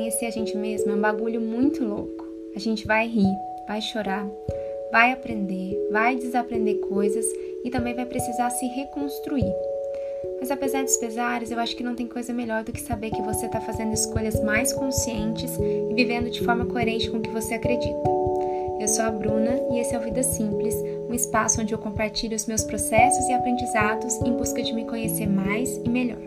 conhecer a gente mesmo é um bagulho muito louco. A gente vai rir, vai chorar, vai aprender, vai desaprender coisas e também vai precisar se reconstruir. Mas apesar dos pesares, eu acho que não tem coisa melhor do que saber que você está fazendo escolhas mais conscientes e vivendo de forma coerente com o que você acredita. Eu sou a Bruna e esse é o Vida Simples, um espaço onde eu compartilho os meus processos e aprendizados em busca de me conhecer mais e melhor.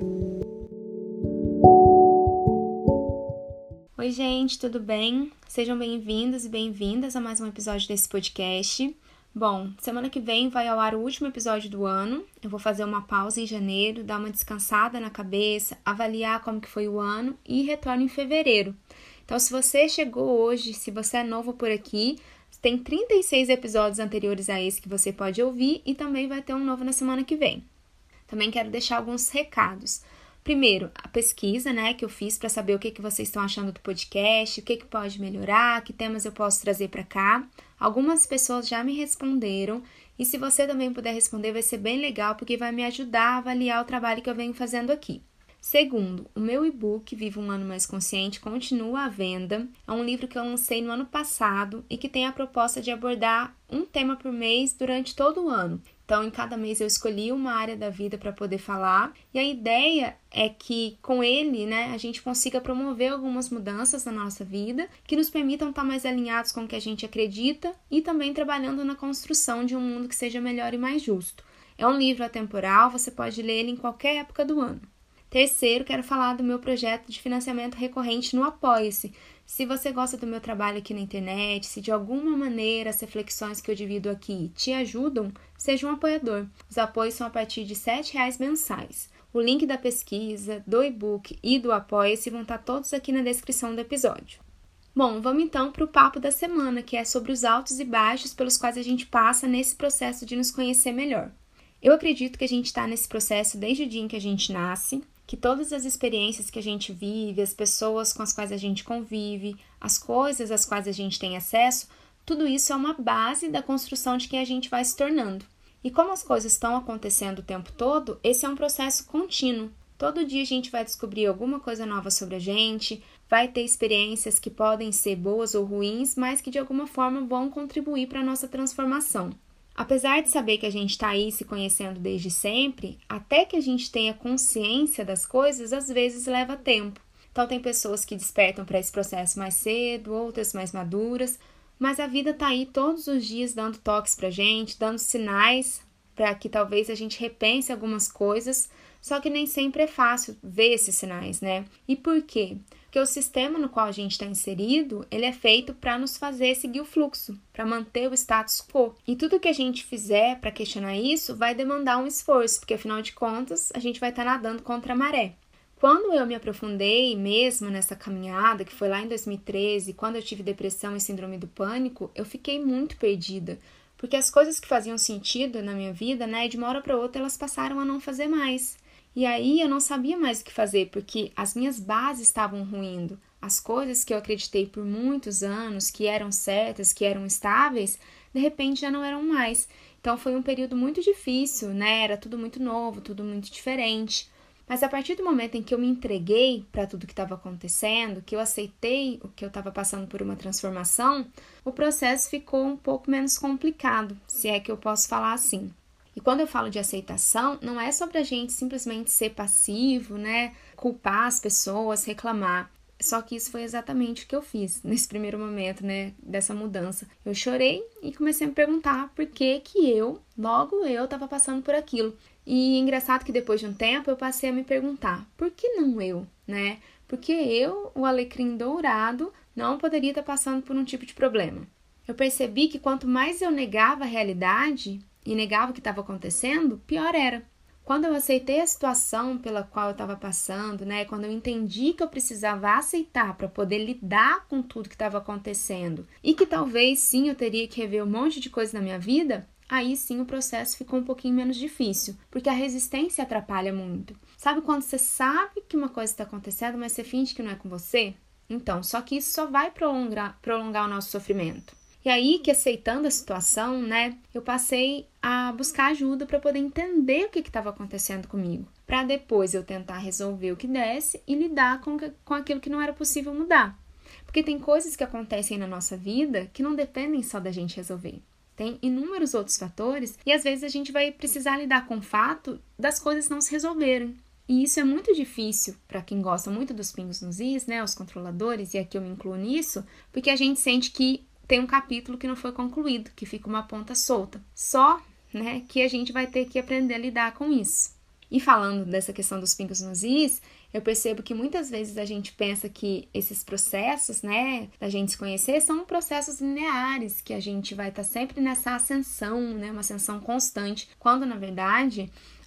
Oi gente, tudo bem? Sejam bem-vindos e bem-vindas a mais um episódio desse podcast. Bom, semana que vem vai ao ar o último episódio do ano. Eu vou fazer uma pausa em janeiro, dar uma descansada na cabeça, avaliar como que foi o ano e retorno em fevereiro. Então, se você chegou hoje, se você é novo por aqui, tem 36 episódios anteriores a esse que você pode ouvir e também vai ter um novo na semana que vem. Também quero deixar alguns recados. Primeiro, a pesquisa, que eu fiz para saber o que vocês estão achando do podcast, o que pode melhorar, que temas eu posso trazer para cá. Algumas pessoas já me responderam e se você também puder responder vai ser bem legal porque vai me ajudar a avaliar o trabalho que eu venho fazendo aqui. Segundo, o meu e-book Viva um Ano Mais Consciente continua à venda. É um livro que eu lancei no ano passado e que tem a proposta de abordar um tema por mês durante todo o ano. Então, em cada mês eu escolhi uma área da vida para poder falar e a ideia é que com ele, a gente consiga promover algumas mudanças na nossa vida que nos permitam estar mais alinhados com o que a gente acredita e também trabalhando na construção de um mundo que seja melhor e mais justo. É um livro atemporal, você pode ler ele em qualquer época do ano. Terceiro, quero falar do meu projeto de financiamento recorrente no Apoia-se. Se você gosta do meu trabalho aqui na internet, se de alguma maneira as reflexões que eu divido aqui te ajudam, seja um apoiador. Os apoios são a partir de R$ 7,00 mensais. O link da pesquisa, do e-book e do Apoia-se vão estar todos aqui na descrição do episódio. Bom, vamos então para o papo da semana, que é sobre os altos e baixos pelos quais a gente passa nesse processo de nos conhecer melhor. Eu acredito que a gente está nesse processo desde o dia em que a gente nasce, que todas as experiências que a gente vive, as pessoas com as quais a gente convive, as coisas às quais a gente tem acesso, tudo isso é uma base da construção de quem a gente vai se tornando. E como as coisas estão acontecendo o tempo todo, esse é um processo contínuo. Todo dia a gente vai descobrir alguma coisa nova sobre a gente, vai ter experiências que podem ser boas ou ruins, mas que de alguma forma vão contribuir para a nossa transformação. Apesar de saber que a gente está aí se conhecendo desde sempre, até que a gente tenha consciência das coisas, às vezes leva tempo. Então tem pessoas que despertam para esse processo mais cedo, outras mais maduras, mas a vida está aí todos os dias dando toques para a gente, dando sinais para que talvez a gente repense algumas coisas, só que nem sempre é fácil ver esses sinais, E por quê? Porque o sistema no qual a gente está inserido, ele é feito para nos fazer seguir o fluxo, para manter o status quo. E tudo que a gente fizer para questionar isso vai demandar um esforço, porque afinal de contas, a gente vai estar nadando contra a maré. Quando eu me aprofundei mesmo nessa caminhada, que foi lá em 2013, quando eu tive depressão e síndrome do pânico, eu fiquei muito perdida, porque as coisas que faziam sentido na minha vida, de uma hora para outra, elas passaram a não fazer mais. E aí eu não sabia mais o que fazer, porque as minhas bases estavam ruindo. As coisas que eu acreditei por muitos anos, que eram certas, que eram estáveis, de repente já não eram mais. Então foi um período muito difícil, Era tudo muito novo, tudo muito diferente. Mas a partir do momento em que eu me entreguei para tudo que estava acontecendo, que eu aceitei o que eu estava passando por uma transformação, o processo ficou um pouco menos complicado, se é que eu posso falar assim. E quando eu falo de aceitação, não é sobre a gente simplesmente ser passivo, culpar as pessoas, reclamar. Só que isso foi exatamente o que eu fiz nesse primeiro momento, dessa mudança. Eu chorei e comecei a me perguntar por que logo eu estava passando por aquilo. E engraçado que depois de um tempo eu passei a me perguntar, por que não eu, Porque eu, o alecrim dourado, não poderia estar passando por um tipo de problema. Eu percebi que quanto mais eu negava a realidade e negava o que estava acontecendo, pior era. Quando eu aceitei a situação pela qual eu estava passando, quando eu entendi que eu precisava aceitar para poder lidar com tudo que estava acontecendo e que talvez sim eu teria que rever um monte de coisa na minha vida, aí sim o processo ficou um pouquinho menos difícil, porque a resistência atrapalha muito. Sabe quando você sabe que uma coisa está acontecendo, mas você finge que não é com você? Então, só que isso só vai prolongar o nosso sofrimento. E aí que aceitando a situação, né, eu passei a buscar ajuda para poder entender o que estava acontecendo comigo, para depois eu tentar resolver o que desse e lidar com aquilo que não era possível mudar. Porque tem coisas que acontecem na nossa vida que não dependem só da gente resolver. Tem inúmeros outros fatores e às vezes a gente vai precisar lidar com o fato das coisas não se resolverem. E isso é muito difícil para quem gosta muito dos pingos nos is, né, os controladores, e aqui eu me incluo nisso, porque a gente sente que tem um capítulo que não foi concluído, que fica uma ponta solta. Só, né, que a gente vai ter que aprender a lidar com isso. E falando dessa questão dos pingos nos is, eu percebo que muitas vezes a gente pensa que esses processos, né, da gente se conhecer, são processos lineares, que a gente vai estar sempre nessa ascensão, né, uma ascensão constante, quando na verdade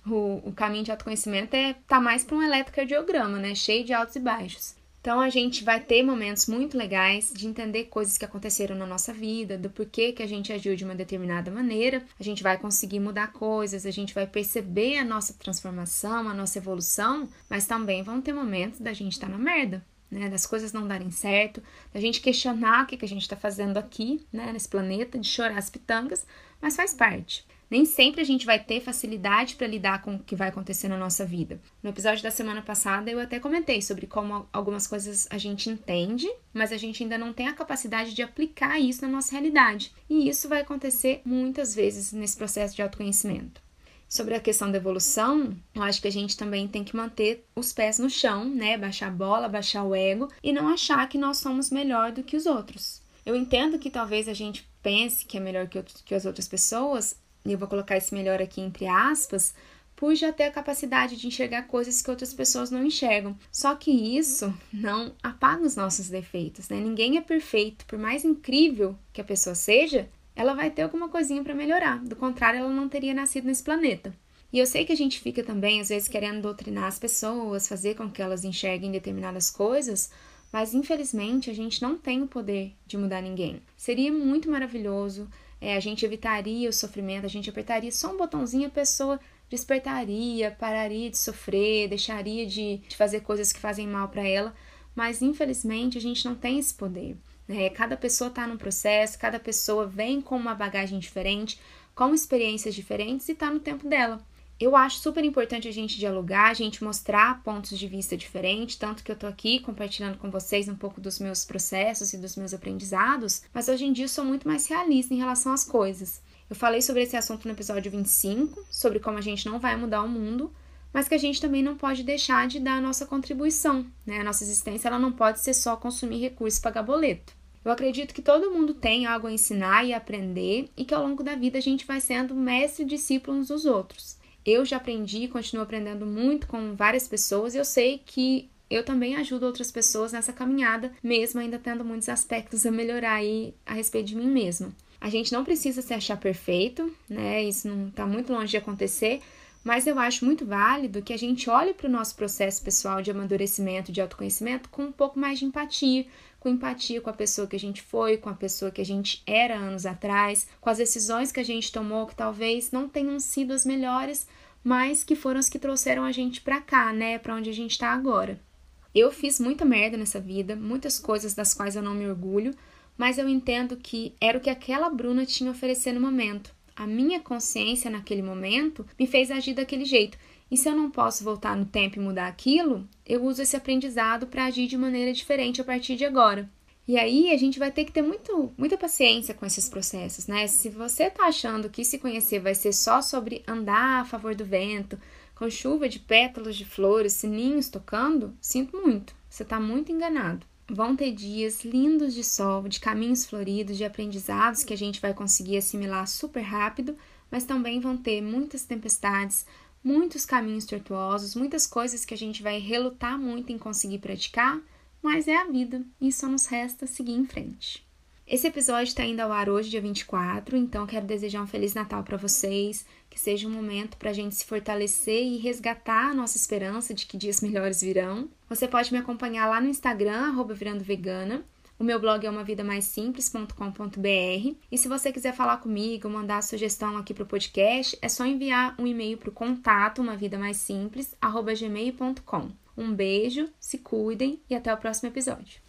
o caminho de autoconhecimento tá mais para um eletrocardiograma, né, cheio de altos e baixos. Então, a gente vai ter momentos muito legais de entender coisas que aconteceram na nossa vida, do porquê que a gente agiu de uma determinada maneira, a gente vai conseguir mudar coisas, a gente vai perceber a nossa transformação, a nossa evolução, mas também vão ter momentos da gente estar na merda, né? Das coisas não darem certo, da gente questionar o que a gente está fazendo aqui, né, nesse planeta, de chorar as pitangas, mas faz parte. Nem sempre a gente vai ter facilidade para lidar com o que vai acontecer na nossa vida. No episódio da semana passada eu até comentei sobre como algumas coisas a gente entende, mas a gente ainda não tem a capacidade de aplicar isso na nossa realidade. E isso vai acontecer muitas vezes nesse processo de autoconhecimento. Sobre a questão da evolução, eu acho que a gente também tem que manter os pés no chão, né? Baixar a bola, baixar o ego e não achar que nós somos melhor do que os outros. Eu entendo que talvez a gente pense que é melhor que as outras pessoas, e eu vou colocar esse melhor aqui entre aspas, por já ter a capacidade de enxergar coisas que outras pessoas não enxergam. Só que isso não apaga os nossos defeitos, né? Ninguém é perfeito. Por mais incrível que a pessoa seja, ela vai ter alguma coisinha para melhorar. Do contrário, ela não teria nascido nesse planeta. E eu sei que a gente fica também, às vezes, querendo doutrinar as pessoas, fazer com que elas enxerguem determinadas coisas, mas infelizmente a gente não tem o poder de mudar ninguém. Seria muito maravilhoso, a gente evitaria o sofrimento, a gente apertaria só um botãozinho, a pessoa despertaria, pararia de sofrer, deixaria de fazer coisas que fazem mal para ela, mas infelizmente a gente não tem esse poder, né? Cada pessoa está num processo, cada pessoa vem com uma bagagem diferente, com experiências diferentes e está no tempo dela. Eu acho super importante a gente dialogar, a gente mostrar pontos de vista diferentes, tanto que eu tô aqui compartilhando com vocês um pouco dos meus processos e dos meus aprendizados, mas hoje em dia eu sou muito mais realista em relação às coisas. Eu falei sobre esse assunto no episódio 25, sobre como a gente não vai mudar o mundo, mas que a gente também não pode deixar de dar a nossa contribuição, né? A nossa existência ela não pode ser só consumir recursos e pagar boleto. Eu acredito que todo mundo tem algo a ensinar e aprender e que ao longo da vida a gente vai sendo mestre e discípulo uns dos outros. Eu já aprendi e continuo aprendendo muito com várias pessoas e eu sei que eu também ajudo outras pessoas nessa caminhada, mesmo ainda tendo muitos aspectos a melhorar aí a respeito de mim mesma. A gente não precisa se achar perfeito, né? Isso não está muito longe de acontecer, mas eu acho muito válido que a gente olhe para o nosso processo pessoal de amadurecimento, de autoconhecimento com um pouco mais de empatia, com a pessoa que a gente foi, com a pessoa que a gente era anos atrás, com as decisões que a gente tomou que talvez não tenham sido as melhores, mas que foram as que trouxeram a gente pra cá, né, pra onde a gente tá agora. Eu fiz muita merda nessa vida, muitas coisas das quais eu não me orgulho, mas eu entendo que era o que aquela Bruna tinha a oferecer no momento. A minha consciência naquele momento me fez agir daquele jeito. E se eu não posso voltar no tempo e mudar aquilo, eu uso esse aprendizado para agir de maneira diferente a partir de agora. E aí a gente vai ter que ter muita paciência com esses processos, né? Se você tá achando que se conhecer vai ser só sobre andar a favor do vento, com chuva de pétalas de flores, sininhos tocando, sinto muito, você tá muito enganado. Vão ter dias lindos de sol, de caminhos floridos, de aprendizados que a gente vai conseguir assimilar super rápido, mas também vão ter muitas tempestades, muitos caminhos tortuosos, muitas coisas que a gente vai relutar muito em conseguir praticar, mas é a vida e só nos resta seguir em frente. Esse episódio está indo ao ar hoje, dia 24, então quero desejar um Feliz Natal para vocês, que seja um momento para a gente se fortalecer e resgatar a nossa esperança de que dias melhores virão. Você pode me acompanhar lá no Instagram, @virandovegana. O meu blog é umavidamaisimples.com.br e se você quiser falar comigo, mandar sugestão aqui para o podcast, é só enviar um e-mail para o contato umavidamaisimples@gmail.com. Um beijo, se cuidem e até o próximo episódio.